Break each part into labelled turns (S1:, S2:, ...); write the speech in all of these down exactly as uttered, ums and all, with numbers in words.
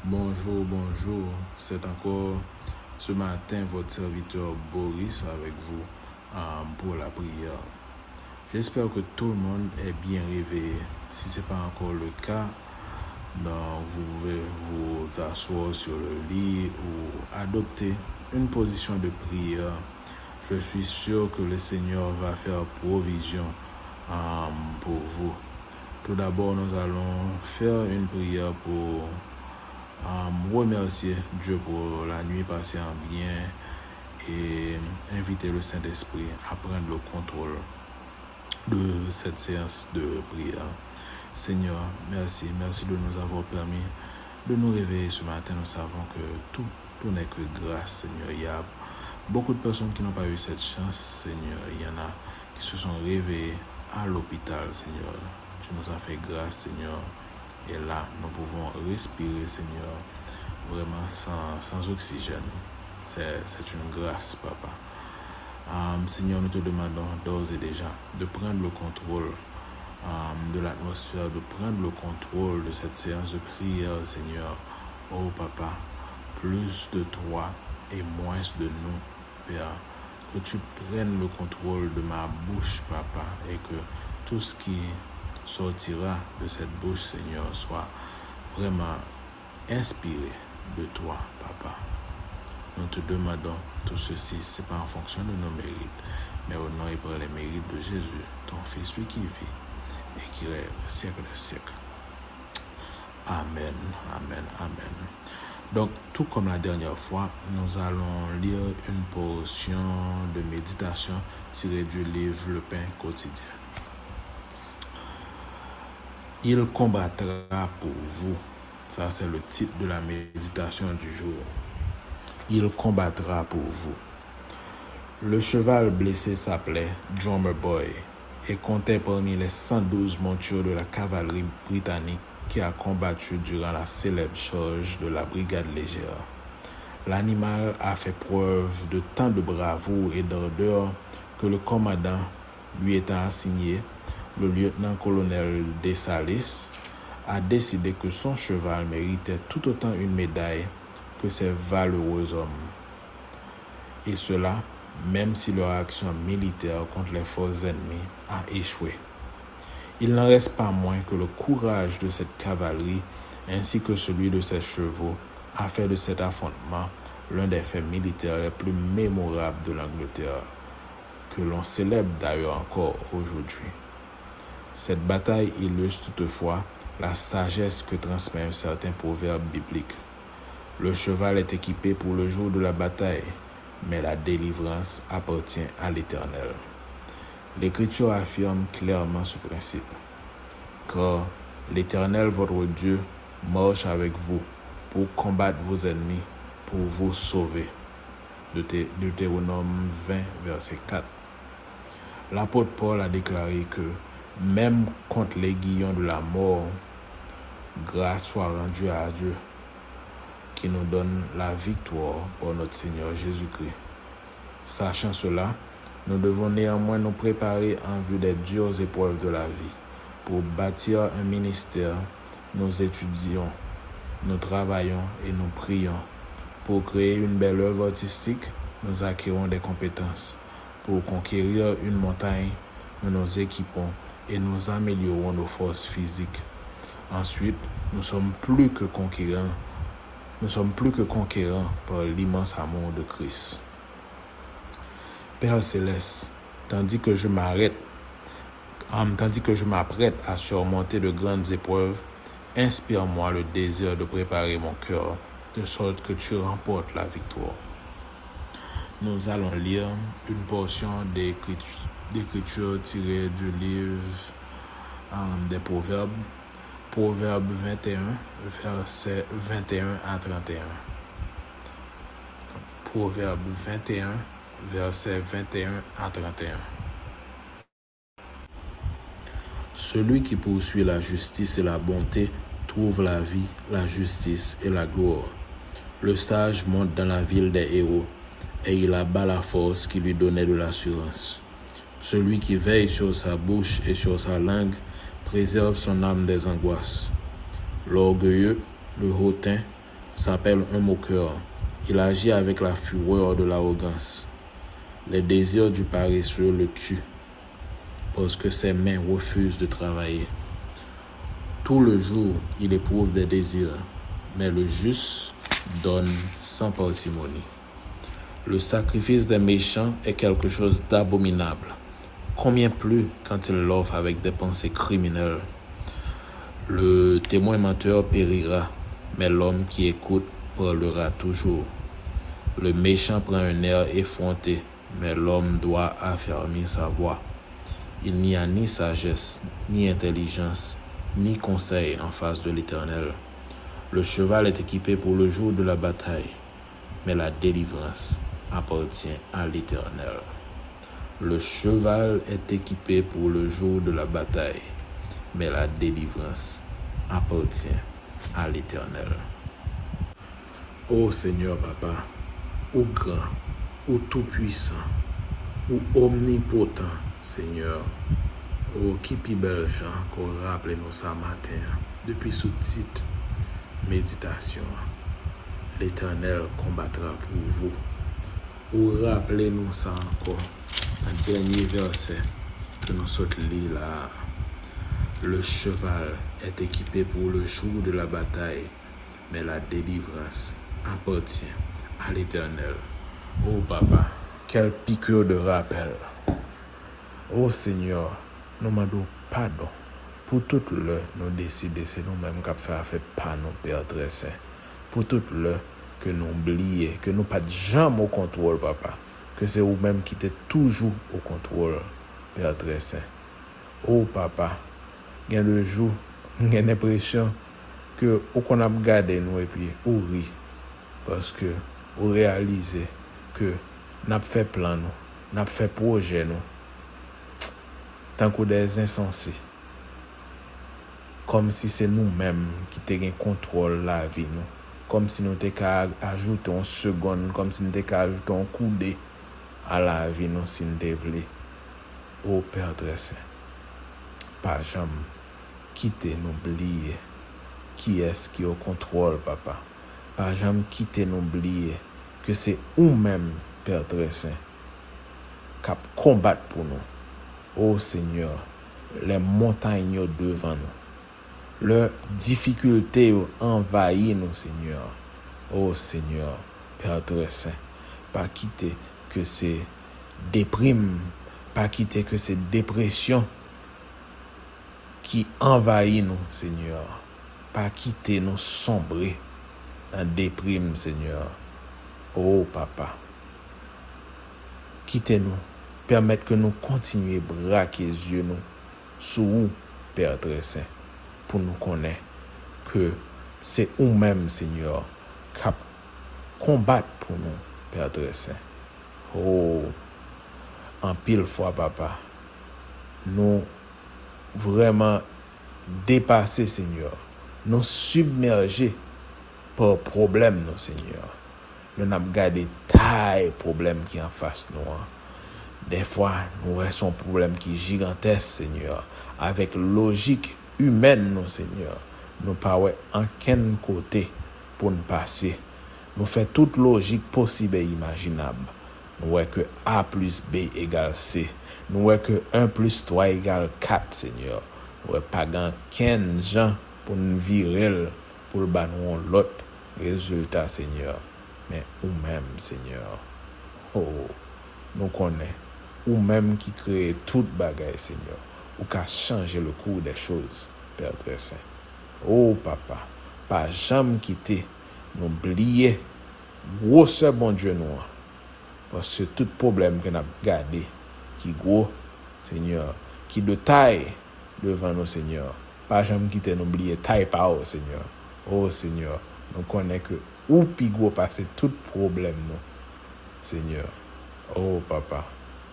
S1: Bonjour, bonjour. C'est encore ce matin votre serviteur Boris avec vous euh, pour la prière. J'espère que tout le monde est bien réveillé. Si ce n'est pas encore le cas, donc vous pouvez vous asseoir sur le lit ou adopter une position de prière. Je suis sûr que le Seigneur va faire provision euh, pour vous. Tout d'abord, nous allons faire une prière pour euh, remercier Dieu pour la nuit passée en bien et inviter le Saint-Esprit à prendre le contrôle de cette séance de prière. Seigneur, merci, merci de nous avoir permis de nous réveiller ce matin. Nous savons que tout, tout n'est que grâce, Seigneur. Il y a beaucoup de personnes qui n'ont pas eu cette chance, Seigneur. Il y en a qui se sont réveillés à l'hôpital, Seigneur. Tu nous as fait grâce, Seigneur. Et là, nous pouvons respirer, Seigneur, vraiment sans, sans oxygène. C'est, c'est une grâce, Papa. Um, Seigneur, nous te demandons d'ores et déjà de prendre le contrôle um, de l'atmosphère, de prendre le contrôle de cette séance de prière, Seigneur. Oh, Papa, plus de toi et moins de nous, Père. Que tu prennes le contrôle de ma bouche, Papa, et que tout ce qui sortira de cette bouche, Seigneur, soit vraiment inspiré de toi, Papa. Nous te demandons tout ceci, ce n'est pas en fonction de nos mérites, mais au nom et par les mérites de Jésus, ton Fils, lui qui vit et qui règne au siècle des siècles. Amen, amen, amen. Donc, tout comme la dernière fois, nous allons lire une portion de méditation tirée du livre Le Pain quotidien. Il combattra pour vous. Ça, c'est le titre de la méditation du jour. Il combattra pour vous. Le cheval blessé s'appelait Drummer Boy et comptait parmi les cent douze montures de la cavalerie britannique qui a combattu durant la célèbre charge de la brigade légère. L'animal a fait preuve de tant de bravoure et d'ardeur que le commandant lui étant assigné, le lieutenant-colonel Dessalles, a décidé que son cheval méritait tout autant une médaille que ces valeureux hommes. Et cela, même si leur action militaire contre les forces ennemies a échoué. Il n'en reste pas moins que le courage de cette cavalerie ainsi que celui de ses chevaux a fait de cet affrontement l'un des faits militaires les plus mémorables de l'Angleterre, que l'on célèbre d'ailleurs encore aujourd'hui. Cette bataille illustre toutefois la sagesse que transmet un certain proverbe biblique. Le cheval est équipé pour le jour de la bataille, mais la délivrance appartient à l'Éternel. L'Écriture affirme clairement ce principe. Car l'Éternel, votre Dieu, marche avec vous pour combattre vos ennemis, pour vous sauver. Deutéronome vingt, verset quatre. L'apôtre Paul a déclaré que même contre l'aiguillon de la mort, grâce soit rendue à Dieu, qui nous donne la victoire par notre Seigneur Jésus-Christ. Sachant cela, nous devons néanmoins nous préparer en vue des dures épreuves de la vie. Pour bâtir un ministère, nous étudions, nous travaillons et nous prions. Pour créer une belle œuvre artistique, nous acquérons des compétences. Pour conquérir une montagne, nous nous équipons et nous améliorons nos forces physiques. Ensuite, nous sommes plus que conquérants. Nous sommes plus que conquérants par l'immense amour de Christ. Père Céleste, tandis que je m'arrête, tandis que je m'apprête à surmonter de grandes épreuves, inspire-moi le désir de préparer mon cœur, de sorte que tu remportes la victoire. Nous allons lire une portion d'écriture, d'écriture tirée du livre um, des Proverbes, Proverbe vingt et un, versets vingt et un à trente et un. Proverbe vingt et un, versets vingt et un à trente et un. Celui qui poursuit la justice et la bonté trouve la vie, la justice et la gloire. Le sage monte dans la ville des héros et il abat la force qui lui donnait de l'assurance. Celui qui veille sur sa bouche et sur sa langue préserve son âme des angoisses. L'orgueilleux, le hautain, s'appelle un moqueur. Il agit avec la fureur de l'arrogance. Les désirs du paresseux le tuent parce que ses mains refusent de travailler. Tout le jour, il éprouve des désirs, mais le juste donne sans parcimonie. Le sacrifice des méchants est quelque chose d'abominable. Combien plus quand il l'offre avec des pensées criminelles. Le témoin menteur périra, mais l'homme qui écoute parlera toujours. Le méchant prend un air effronté, mais l'homme doit affermir sa voix. Il n'y a ni sagesse, ni intelligence, ni conseil en face de l'Éternel. Le cheval est équipé pour le jour de la bataille, mais la délivrance appartient à l'Éternel. Le cheval est équipé pour le jour de la bataille, mais la délivrance appartient à l'Éternel. Ô Seigneur Papa, ô grand, ô tout-puissant, ô omnipotent, Seigneur, ô qui pi bel Jean, qu'on rappelle nous ça matin, depuis ce titre, méditation, l'Éternel combattra pour vous. Ou rappelez-nous ça encore, un dernier verset que nous sommes lire là. Le cheval est équipé pour le jour de la bataille, mais la délivrance appartient à l'Éternel. Oh Papa, quel piqûre de rappel. Oh Seigneur, nous demandons pardon pour tout le nous décider, c'est nous-mêmes qui avons fait pas nos Père très saint. Pour tout le que nous oublions, que nous pas jamais au contrôle, Papa. Que c'est vous-même qui êtes toujours au contrôle, Père très saint. Oh Papa, il y a le jour, il y a l'impression que on a regardé nous et puis on rit parce que on réalise que n'a fait plan nous, n'a fait projet nous, tant que des insensés, comme si c'est nous-mêmes qui t'ayons contrôle la vie nous, comme si nous t'ayons ajouté une seconde, comme si nous t'ayons ajouté un coup de à la vie nous si nous voulons. Oh Père très saint, pas jamais quitter nous oublier qui est-ce qui est au contrôle, Papa. Pas jamais quitter nous oublier que c'est nous-mêmes, Père très saint, qui combattent pour nous. Oh Seigneur, les montagnes devant nous, leurs difficultés envahissent nous, Seigneur. Oh Seigneur, Père très saint, pas quitter que c'est déprime, pas quitter que c'est dépression qui envahit nous, Seigneur. Pas quitter nous sombrer dans déprime, Seigneur. Oh, Papa. Quittez-nous. Permettez que nous continuions à braquer les yeux nous sous vous, Père très saint, pour nous connaître que c'est vous-même, Seigneur, qui combattent pour nous, Père très saint. Oh, en pile fois, Papa, nous vraiment dépasser, Seigneur. Nous submerger par problème, nous, Seigneur. Nous avons gardé taille problème qui est en face nous. Des fois, nous avons un problème qui est gigantesque, Seigneur. Avec logique humaine, nous, Seigneur. Nous ne pouvons pas en quel côté pour nous passer. Nous faisons toute logique possible et imaginable. Nous voyons que A plus B égale C. Nous voyons que un plus trois égale quatre, Seigneur. Nous n'avons pas quinze gens pour nous virer, pour nous l'autre résultat, Seigneur. Mais nous-mêmes, Seigneur. Oh, nous connaissons. Nous-mêmes qui créons toute bagaille, Seigneur. Ou qui changer le cours des choses, Père très saint. Oh, Papa, pas jamais quitter, n'oublier, gros ce bon Dieu nous. Parce que tout problème que nous avons gardé, qui gros, Seigneur, qui de taille devant nous, Seigneur. Pas jamais quitter, n'oublier taille par haut, Seigneur. Oh, Seigneur, nous connaissons que ou pi gros passer tout problème, nous, Seigneur. Oh, Papa.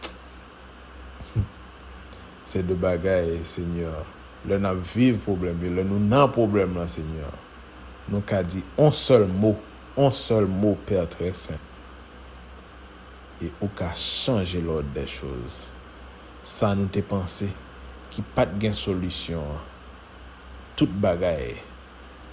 S1: C'est de bagaille, Seigneur. Le n'a vivre problème, le nous n'a problème, là, Seigneur. Nous qu'a dit un seul mot, un seul mot, Père très saint. Et ou qu'a changer l'ordre des choses. Ça nous te pensé qui pas de solution. Toute bagaille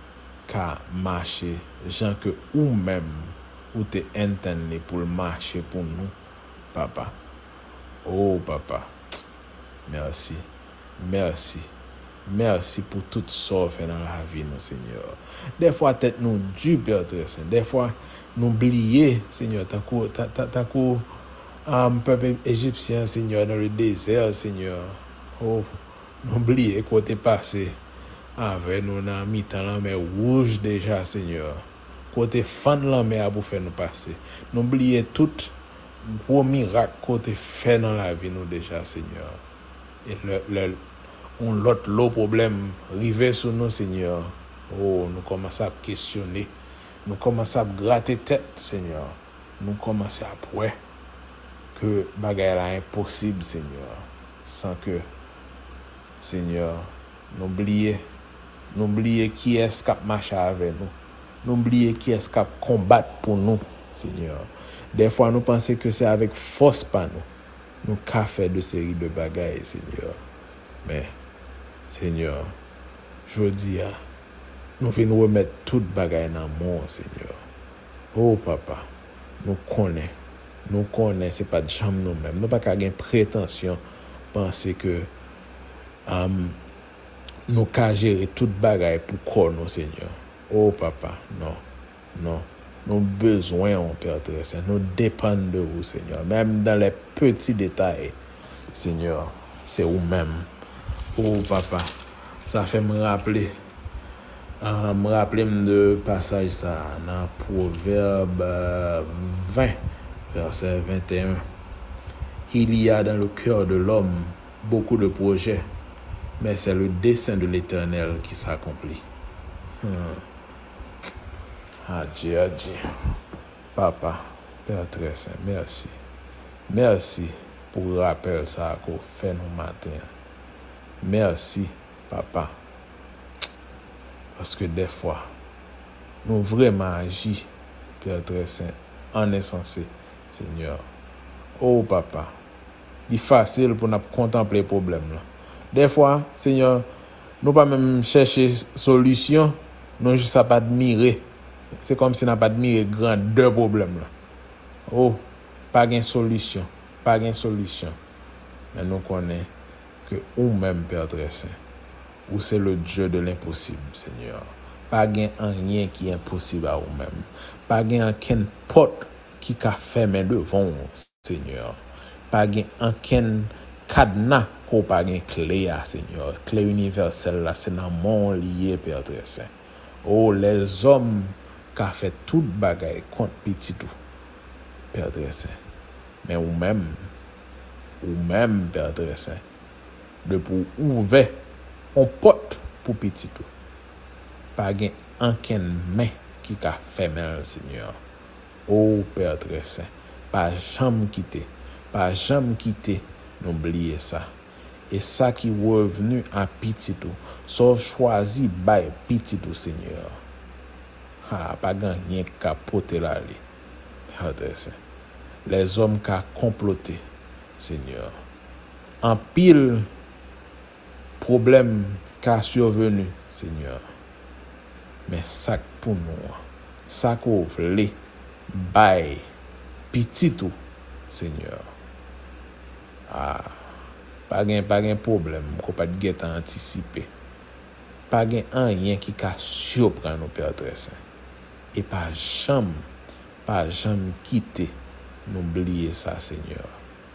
S1: qu'à marcher, gens que ou même ou te interne pour marcher pour nous, papa. Oh, papa. Merci. Merci. Merci pour tout ça fait dans la vie, nous, Seigneur. Des fois, tête nous du Père très saint. Des fois, nous oublions, Seigneur, tant que un peuple égyptien, Seigneur, dans le désert, Seigneur. Oh, nous oublions qu'on est passé avec nous dans la mi-temps, la mer rouge déjà, Seigneur. Côté fan la mer pour faire nous passer. Nous oublions tout gros miracle côté fait dans la vie, nous déjà, Seigneur. Et le, le on l'autre l'autre problème rivé sur nous, Seigneur. Oh, nous commençons à questionner. Nous commençons à gratter tête, Seigneur. Nous commençons à prouver que bagaille est impossible, Seigneur. Sans que, Seigneur, n'oubliez, n'oubliez qui est-ce qui marche avec nous. N'oubliez qui est-ce qui combat pour nous, Seigneur. Des fois, nous pensons que c'est avec force par nous. Nous avons fait de séries de bagailles, Seigneur. Mais, Seigneur, je dis, nous venons remettre toute bagaille dans le monde, Seigneur. Oh, papa, nous connaissons. Nous connaissons, ce n'est pas de chambre nous-mêmes. Nous n'avons pas de prétention penser que um, nous pouvons gérer toute bagaille pour corps nous, Seigneur. Oh, papa, non, non. Nous avons besoin, mon Père très saint. Nous dépendons de vous, Seigneur. Même dans les petits détails, Seigneur, c'est vous-même. Oh, papa, ça fait me rappeler, euh, me rappeler de passage ça dans Proverbe euh, vingt, verset vingt et un. Il y a dans le cœur de l'homme beaucoup de projets, mais c'est le dessein de l'Éternel qui s'accomplit. Hmm. Adieu, adieu. Papa, Père très saint, merci. Merci pour le rappel ça qu'on fait nous matin. Merci, papa. Parce que des fois, nous vraiment agissons, Père très saint, en insensé, Seigneur. Oh, papa, il est facile pour nous contempler les problèmes là. Des fois, Seigneur, nous pas même chercher solution, nous juste pas admirer. C'est comme si nous pas admiré grand deux problèmes là. Oh, pas de solution, pas de solution. Mais nous connaissons que vous-même, Père très saint, vous c'est le Dieu de l'impossible, Seigneur. Pas de rien qui est impossible à vous-même. Pas de aucune porte qui a fermé devant vous, Seigneur. Pas de aucun cadenas qu'on pas de clé à, Seigneur. Clé universelle là, c'est dans mon lié, Père très saint. Oh, les hommes qui ont fait toute bagaille contre petit tout, Père très saint. Mais vous-même, vous-même, Père très saint, de pour ouvrir on porte pour petit tout. Pas gen aucune main qui a fermé le Seigneur. Oh Père très saint, pas jamais quitter, pas jamais quitter, n'oubliez ça. Et ça qui est revenu à petit tout, soit choisi par petit tout, Seigneur. Ah, pas grand rien qu'à porter là, Père très saint. Les hommes qui ont comploté, Seigneur. En pile problème qui a survenu, Seigneur. Mais ça pour nous, ça qu'on veut, bail, petit tout, Seigneur. Ah, pas de pas de problème, qu'on pas de guette anticiper. Pas de rien qui a surprendre nos Père très saint. Et pas jamais, pas jamais quitter, n'oubliez ça, Seigneur.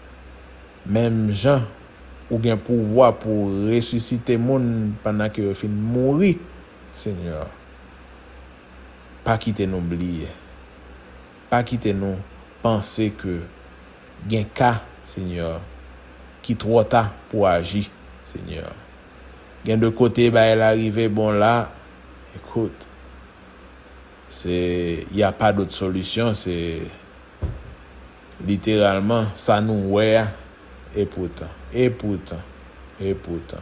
S1: Même gens ou bien pouvoir pour ressusciter monde pendant que fin mourir, Seigneur. Pas quitter nous oublier. Pas quitter nous penser que gen cas, Seigneur, qui trop tard pour agir, Seigneur. Gen de côté bah elle arrivé bon là, écoute. C'est il y a pas d'autre solution, c'est littéralement ça nous ouais et pourtant et pourtant et pourtant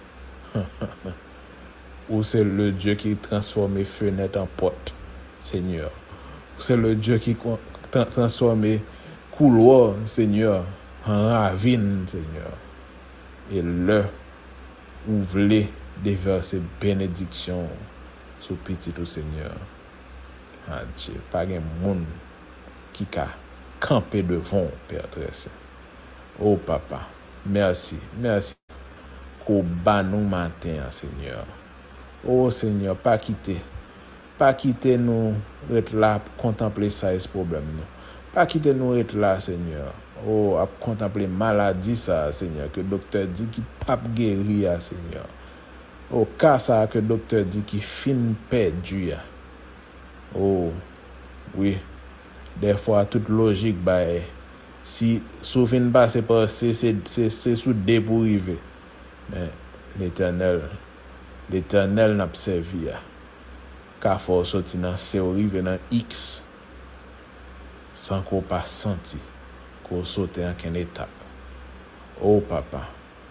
S1: ou c'est le Dieu qui transforme les fenêtres en porte, Seigneur. Ou c'est le Dieu qui transforme les couloirs, Seigneur, en ravine, Seigneur. Et le, vous voulez déverser bénédiction sur petit au Seigneur. Ah Dieu, pas de monde qui a campé devant, Père très saint. Oh papa, merci, merci. Qu'au bas nous matin, Seigneur. Oh Seigneur, pas quitter. Pas quitter nous être là pour contempler ça et ce problème. Non. Pas quitter nous être là, Seigneur. Oh, à contempler maladie ça, Seigneur. Que le docteur dit qu'il pas guérir, Seigneur. Oh, cas ça que le docteur dit qu'il fin perdu. Oh, oui. Des fois, toute logique, bah, si souffle pas, c'est pas, c'est, c'est, c'est, c'est sous dé pour arriver. Mais l'éternel, l'éternel n'a pas servi. Car faut sortir dans C O arriver dans X sans qu'on pas senti qu'on saute en quelle étape. Oh papa,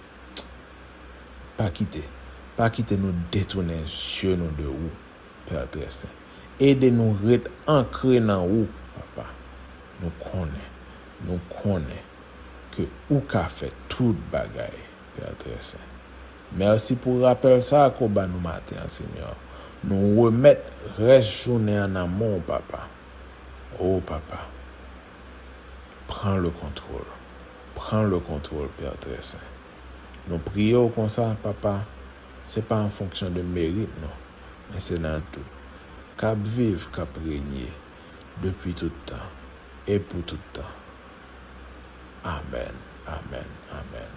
S1: pas quitter, pas quitter nous détourner sur nous de où, Père très saint. Aidez-nous à être ancrés dans où, papa. Nous connaissons, nous connaissons que où qu'a fait toute bagaille, Père très saint. Merci pour rappel ça qu'on va nous matin, Seigneur. Nous remettre reste journée en amont, papa. Oh, papa. Prends le contrôle. Prends le contrôle, Père très saint. Nous prions comme ça, papa. Ce n'est pas en fonction de mérite, non. Mais c'est dans tout. Cap vivre, cap régner. Depuis tout le temps. Et pour tout le temps. Amen. Amen. Amen.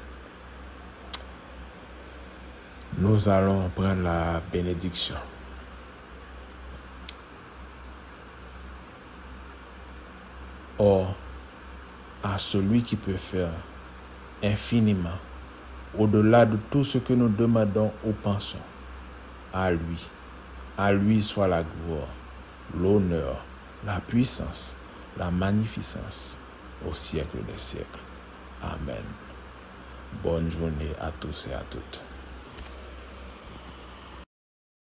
S1: Nous allons prendre la bénédiction. Or, à celui qui peut faire infiniment, au-delà de tout ce que nous demandons ou pensons, à lui, à lui soit la gloire, l'honneur, la puissance, la magnificence, au siècle des siècles. Amen. Bonne journée à tous et à toutes.